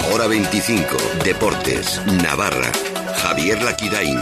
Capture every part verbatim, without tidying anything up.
Hora veinticinco, Deportes, Navarra. Javier Laquirain.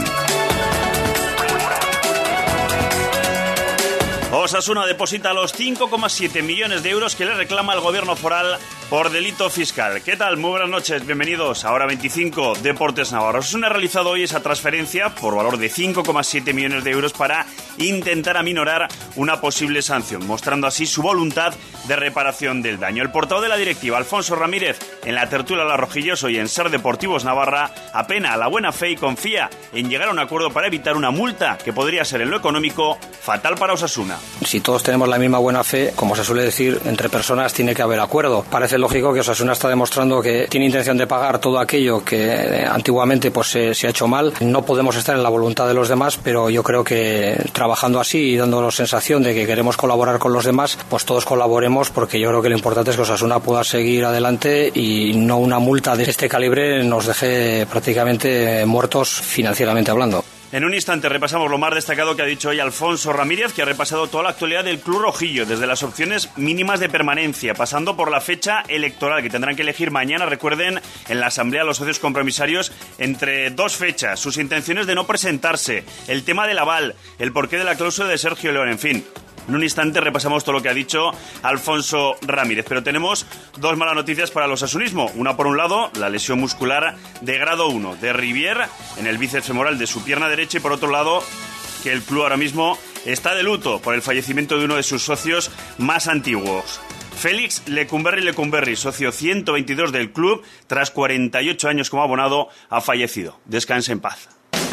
Osasuna deposita los cinco coma siete millones de euros que le reclama el gobierno foral por delito fiscal. ¿Qué tal? Muy buenas noches, bienvenidos a Hora veinticinco, Deportes Navarra. Osasuna ha realizado hoy esa transferencia por valor de cinco coma siete millones de euros para intentar aminorar una posible sanción, mostrando así su voluntad de reparación del daño. El portavoz de la directiva, Alfonso Ramírez, en la tertulia La Rojillos, hoy en Ser Deportivos Navarra, apena a la buena fe y confía en llegar a un acuerdo para evitar una multa que podría ser en lo económico fatal para Osasuna. Si todos tenemos la misma buena fe, como se suele decir, entre personas tiene que haber acuerdo. Parece lógico que Osasuna está demostrando que tiene intención de pagar todo aquello que antiguamente pues se, se ha hecho mal. No podemos estar en la voluntad de los demás, pero yo creo que trabajando así y dándonos sensación de que queremos colaborar con los demás, pues todos colaboremos, porque yo creo que lo importante es que Osasuna pueda seguir adelante y no una multa de este calibre nos deje prácticamente muertos financieramente hablando. En un instante repasamos lo más destacado que ha dicho hoy Alfonso Ramírez, que ha repasado toda la actualidad del Club Rojillo, desde las opciones mínimas de permanencia, pasando por la fecha electoral que tendrán que elegir mañana, recuerden, en la Asamblea los socios compromisarios, entre dos fechas, sus intenciones de no presentarse, el tema del aval, el porqué de la cláusula de Sergio León, en fin. En un instante repasamos todo lo que ha dicho Alfonso Ramírez, pero tenemos dos malas noticias para el osasunismo. Una, por un lado, la lesión muscular de grado uno de Rivier en el bíceps femoral de su pierna derecha, y por otro lado, que el club ahora mismo está de luto por el fallecimiento de uno de sus socios más antiguos. Félix Lecumberri Lecumberri, socio ciento veintidós del club, tras cuarenta y ocho años como abonado, ha fallecido. Descanse en paz.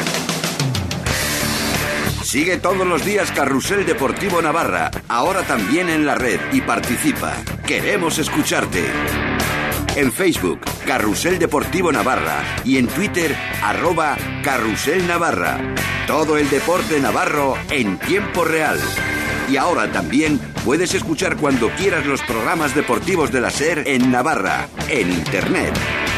Sigue todos los días Carrusel Deportivo Navarra, ahora también en la red, y participa. Queremos escucharte. En Facebook, Carrusel Deportivo Navarra, y en Twitter, arroba Carrusel Navarra. Todo el deporte navarro en tiempo real. Y ahora también puedes escuchar cuando quieras los programas deportivos de la SER en Navarra, en Internet.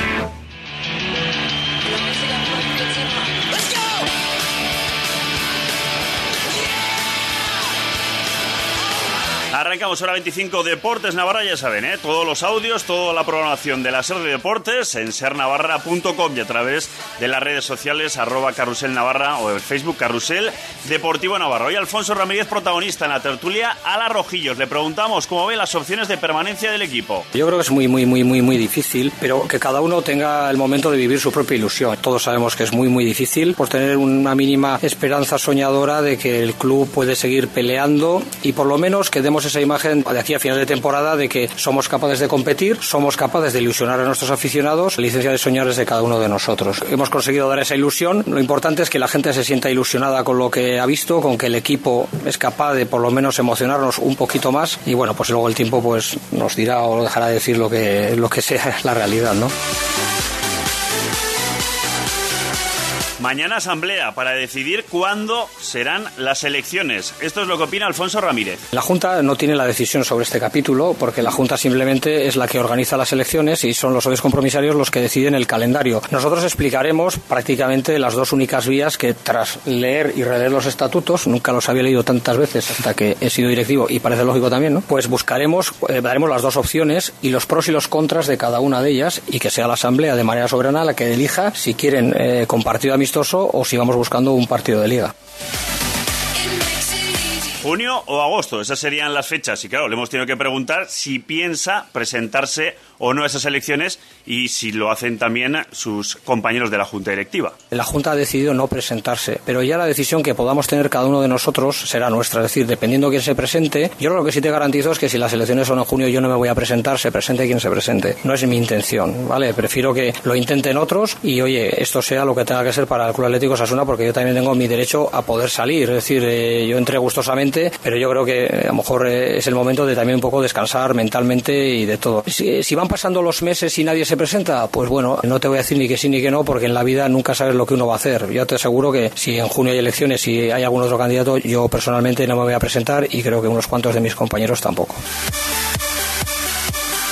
Arrancamos Hora veinticinco, Deportes Navarra, ya saben, ¿eh? Todos los audios, toda la programación de la SER de Deportes en ser navarra punto com y a través de las redes sociales, arroba Carrusel Navarra, o en Facebook, Carrusel Deportivo Navarra. Hoy Alfonso Ramírez, protagonista en la tertulia a la Rojillos. Le preguntamos cómo ve las opciones de permanencia del equipo. Yo creo que es muy, muy, muy, muy, muy difícil, pero que cada uno tenga el momento de vivir su propia ilusión. Todos sabemos que es muy, muy difícil, por tener una mínima esperanza soñadora de que el club puede seguir peleando y por lo menos que demos esa imagen de aquí a final de temporada de que somos capaces de competir, somos capaces de ilusionar a nuestros aficionados. La licencia de soñar es de cada uno de nosotros. Hemos conseguido dar esa ilusión. Lo importante es que la gente se sienta ilusionada con lo que ha visto, con que el equipo es capaz de por lo menos emocionarnos un poquito más, y bueno, pues luego el tiempo pues nos dirá o dejará de decir lo que, lo que sea la realidad, ¿no? Mañana asamblea para decidir cuándo serán las elecciones. Esto es lo que opina Alfonso Ramírez. La Junta no tiene la decisión sobre este capítulo, porque la Junta simplemente es la que organiza las elecciones y son los socios compromisarios los que deciden el calendario. Nosotros explicaremos prácticamente las dos únicas vías que, tras leer y releer los estatutos, nunca los había leído tantas veces hasta que he sido directivo y parece lógico también, ¿no? Pues buscaremos, eh, daremos las dos opciones y los pros y los contras de cada una de ellas, y que sea la asamblea de manera soberana la que elija si quieren eh, con partido amistoso o si vamos buscando un partido de liga. ¿Junio o agosto? Esas serían las fechas. Y claro, le hemos tenido que preguntar si piensa presentarse o no a esas elecciones y si lo hacen también sus compañeros de la Junta Directiva. La Junta ha decidido no presentarse, pero ya la decisión que podamos tener cada uno de nosotros será nuestra. Es decir, dependiendo de quién se presente, yo lo que sí te garantizo es que si las elecciones son en junio yo no me voy a presentar, se presente quien se presente. No es mi intención, ¿vale? Prefiero que lo intenten otros y, oye, esto sea lo que tenga que ser para el Club Atlético Osasuna, porque yo también tengo mi derecho a poder salir. Es decir, eh, yo entré gustosamente, pero yo creo que a lo mejor eh, es el momento de también un poco descansar mentalmente y de todo. Si, si van pasando los meses y nadie se presenta, pues bueno, no te voy a decir ni que sí ni que no, porque en la vida nunca sabes lo que uno va a hacer. Yo te aseguro que si en junio hay elecciones y hay algún otro candidato, yo personalmente no me voy a presentar y creo que unos cuantos de mis compañeros tampoco.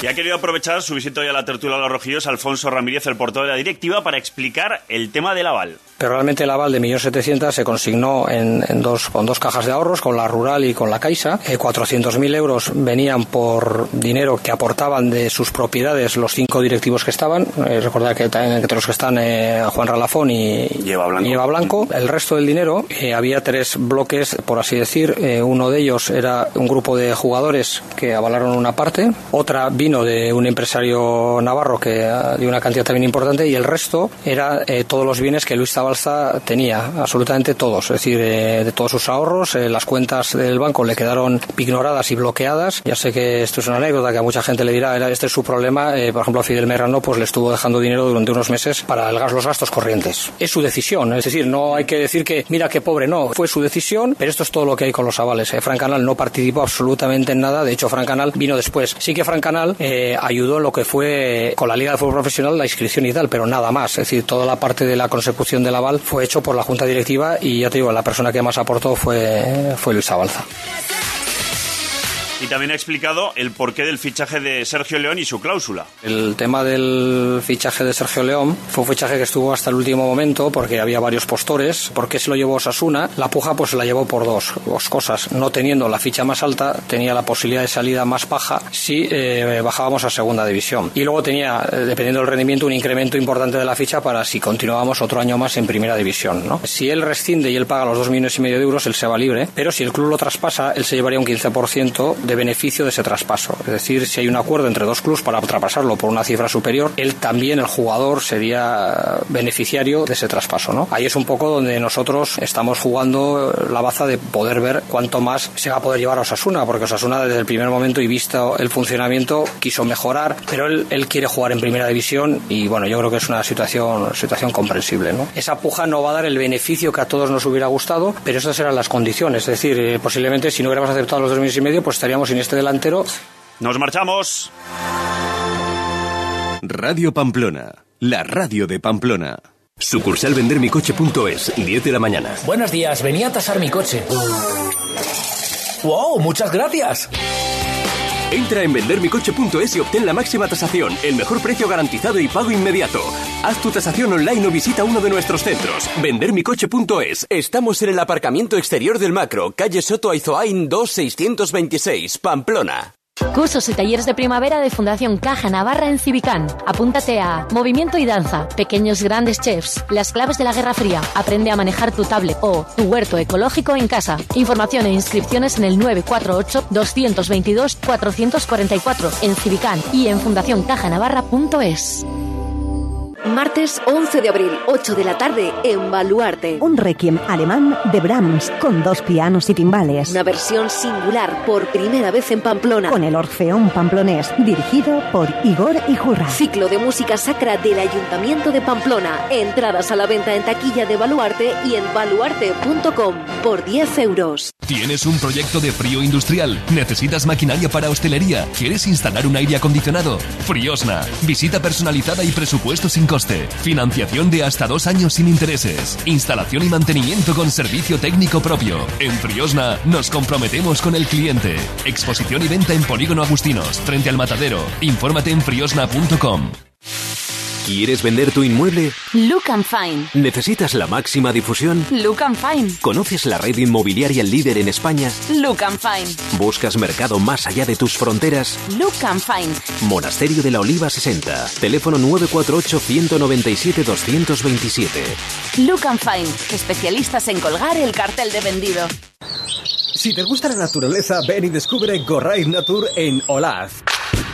Y ha querido aprovechar su visita hoy a la tertulia de los Rojillos Alfonso Ramírez, el portavoz de la directiva, para explicar el tema del aval. Pero realmente el aval de un millón setecientos mil se consignó en, en dos, con dos cajas de ahorros, con la Rural y con la Caixa. Eh, cuatrocientos mil euros venían por dinero que aportaban de sus propiedades los cinco directivos que estaban. Eh, recordad que también entre los que están eh, Juan Ralafón y Lleva Blanco. Lleva Blanco. El resto del dinero, eh, había tres bloques, por así decir. Eh, uno de ellos era un grupo de jugadores que avalaron una parte. Otra vino de un empresario navarro que uh, dio una cantidad también importante, y el resto era eh, todos los bienes que Luis Zabalza tenía, absolutamente todos, es decir, eh, de todos sus ahorros. Eh, las cuentas del banco le quedaron ignoradas y bloqueadas. Ya sé que esto es una anécdota que a mucha gente le dirá, este es su problema. Eh, por ejemplo, a Fidel Merrano pues le estuvo dejando dinero durante unos meses para el gas, los gastos corrientes. Es su decisión, es decir, no hay que decir que mira qué pobre, no, fue su decisión, pero esto es todo lo que hay con los avales. Eh, Frank Canal no participó absolutamente en nada, de hecho Frank Canal vino después. Sí que Frank Canal eh, ayudó en lo que fue con la Liga de Fútbol Profesional, la inscripción y tal, pero nada más. Es decir, toda la parte de la consecución del aval fue hecho por la Junta Directiva, y ya te digo, la persona que más aportó fue, fue Luis Zabalza. Y también ha explicado el porqué del fichaje de Sergio León y su cláusula. El tema del fichaje de Sergio León fue un fichaje que estuvo hasta el último momento porque había varios postores. ¿Por qué se lo llevó Osasuna? La puja pues se la llevó por dos, dos cosas. No teniendo la ficha más alta, tenía la posibilidad de salida más baja si eh, bajábamos a segunda división. Y luego tenía, eh, dependiendo del rendimiento, un incremento importante de la ficha para si continuábamos otro año más en primera división, ¿no? Si él rescinde y él paga los dos millones y medio de euros, él se va libre. Pero si el club lo traspasa, él se llevaría un quince por ciento de beneficio de ese traspaso. Es decir, si hay un acuerdo entre dos clubes para traspasarlo por una cifra superior, él también, el jugador, sería beneficiario de ese traspaso, ¿no? Ahí es un poco donde nosotros estamos jugando la baza de poder ver cuánto más se va a poder llevar a Osasuna, porque Osasuna desde el primer momento y visto el funcionamiento quiso mejorar, pero él, él quiere jugar en primera división y bueno, yo creo que es una situación, situación comprensible, ¿no? Esa puja no va a dar el beneficio que a todos nos hubiera gustado, pero esas eran las condiciones. Es decir, eh, posiblemente si no hubiéramos aceptado los dos millones y medio, pues estaríamos sin este delantero. ¡Nos marchamos! Radio Pamplona, la radio de Pamplona. Sucursal vendermicoche punto es, diez de la mañana. Buenos días, venía a tasar mi coche. ¡Wow! ¡Muchas gracias! Entra en vendermicoche punto es y obtén la máxima tasación, el mejor precio garantizado y pago inmediato. Haz tu tasación online o visita uno de nuestros centros. vendermicoche punto es. Estamos en el aparcamiento exterior del Macro, calle Soto Aizoain dos seiscientos veintiséis, Pamplona. Cursos y talleres de primavera de Fundación Caja Navarra en Civicán. Apúntate a Movimiento y Danza, Pequeños Grandes Chefs, Las Claves de la Guerra Fría, Aprende a manejar tu tablet o Tu huerto ecológico en casa. Información e inscripciones en el nueve cuatro ocho, dos dos dos, cuatro cuatro cuatro en Civicán y en fundación caja navarra punto es. Martes once de abril, ocho de la tarde, en Baluarte. Un requiem alemán de Brahms, con dos pianos y timbales. Una versión singular, por primera vez en Pamplona. Con el Orfeón Pamplonés, dirigido por Igor Ijurra. Ciclo de música sacra del Ayuntamiento de Pamplona. Entradas a la venta en taquilla de Baluarte y en baluarte punto com, por diez euros. ¿Tienes un proyecto de frío industrial? ¿Necesitas maquinaria para hostelería? ¿Quieres instalar un aire acondicionado? Friosna. Visita personalizada y presupuesto sin coste. Financiación de hasta dos años sin intereses. Instalación y mantenimiento con servicio técnico propio. En Friosna nos comprometemos con el cliente. Exposición y venta en Polígono Agustinos, frente al Matadero. Infórmate en friosna punto com. ¿Quieres vender tu inmueble? Look and Fine. ¿Necesitas la máxima difusión? Look and Fine. ¿Conoces la red inmobiliaria líder en España? Look and Fine. ¿Buscas mercado más allá de tus fronteras? Look and Fine. Monasterio de la Oliva sesenta. Teléfono nueve cuatro ocho, uno nueve siete, dos dos siete. Look and Fine. Especialistas en colgar el cartel de vendido. Si te gusta la naturaleza, ven y descubre Gorraiz Natur en Olaz.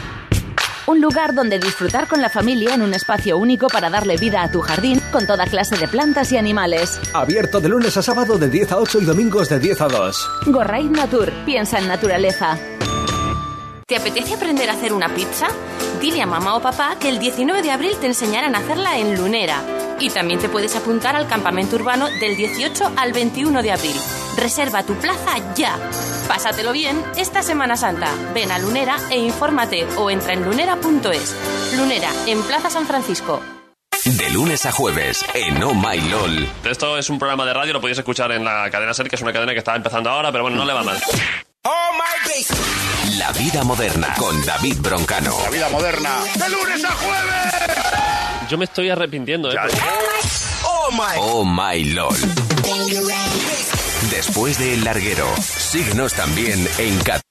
Un lugar donde disfrutar con la familia en un espacio único para darle vida a tu jardín con toda clase de plantas y animales. Abierto de lunes a sábado de diez a ocho y domingos de diez a dos. Gorraiz Natur, piensa en naturaleza. ¿Te apetece aprender a hacer una pizza? Dile a mamá o papá que el diecinueve de abril te enseñarán a hacerla en Lunera. Y también te puedes apuntar al campamento urbano del dieciocho al veintiuno de abril. Reserva tu plaza ya. Pásatelo bien esta Semana Santa. Ven a Lunera e infórmate o entra en lunera punto es. Lunera, en Plaza San Francisco. De lunes a jueves, en Oh My LOL. Esto es un programa de radio, lo podéis escuchar en la cadena SER, que es una cadena que está empezando ahora, pero bueno, no le va mal. Oh My Base. La vida moderna con David Broncano. La vida moderna. ¡De lunes a jueves! Yo me estoy arrepintiendo, ¿eh? Oh my, oh my lol. Después de El Larguero, síguenos también en Cat.